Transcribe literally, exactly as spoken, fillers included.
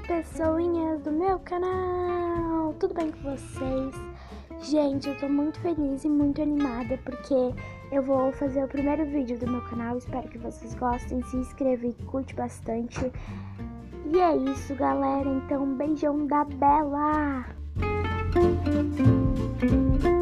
pessoinhas do meu canal! Tudo bem com vocês? Gente, eu tô muito feliz e muito animada porque eu vou fazer o primeiro vídeo do meu canal. Espero que vocês gostem, se inscreva e curte bastante. E é isso, galera. Então, um beijão da Bela!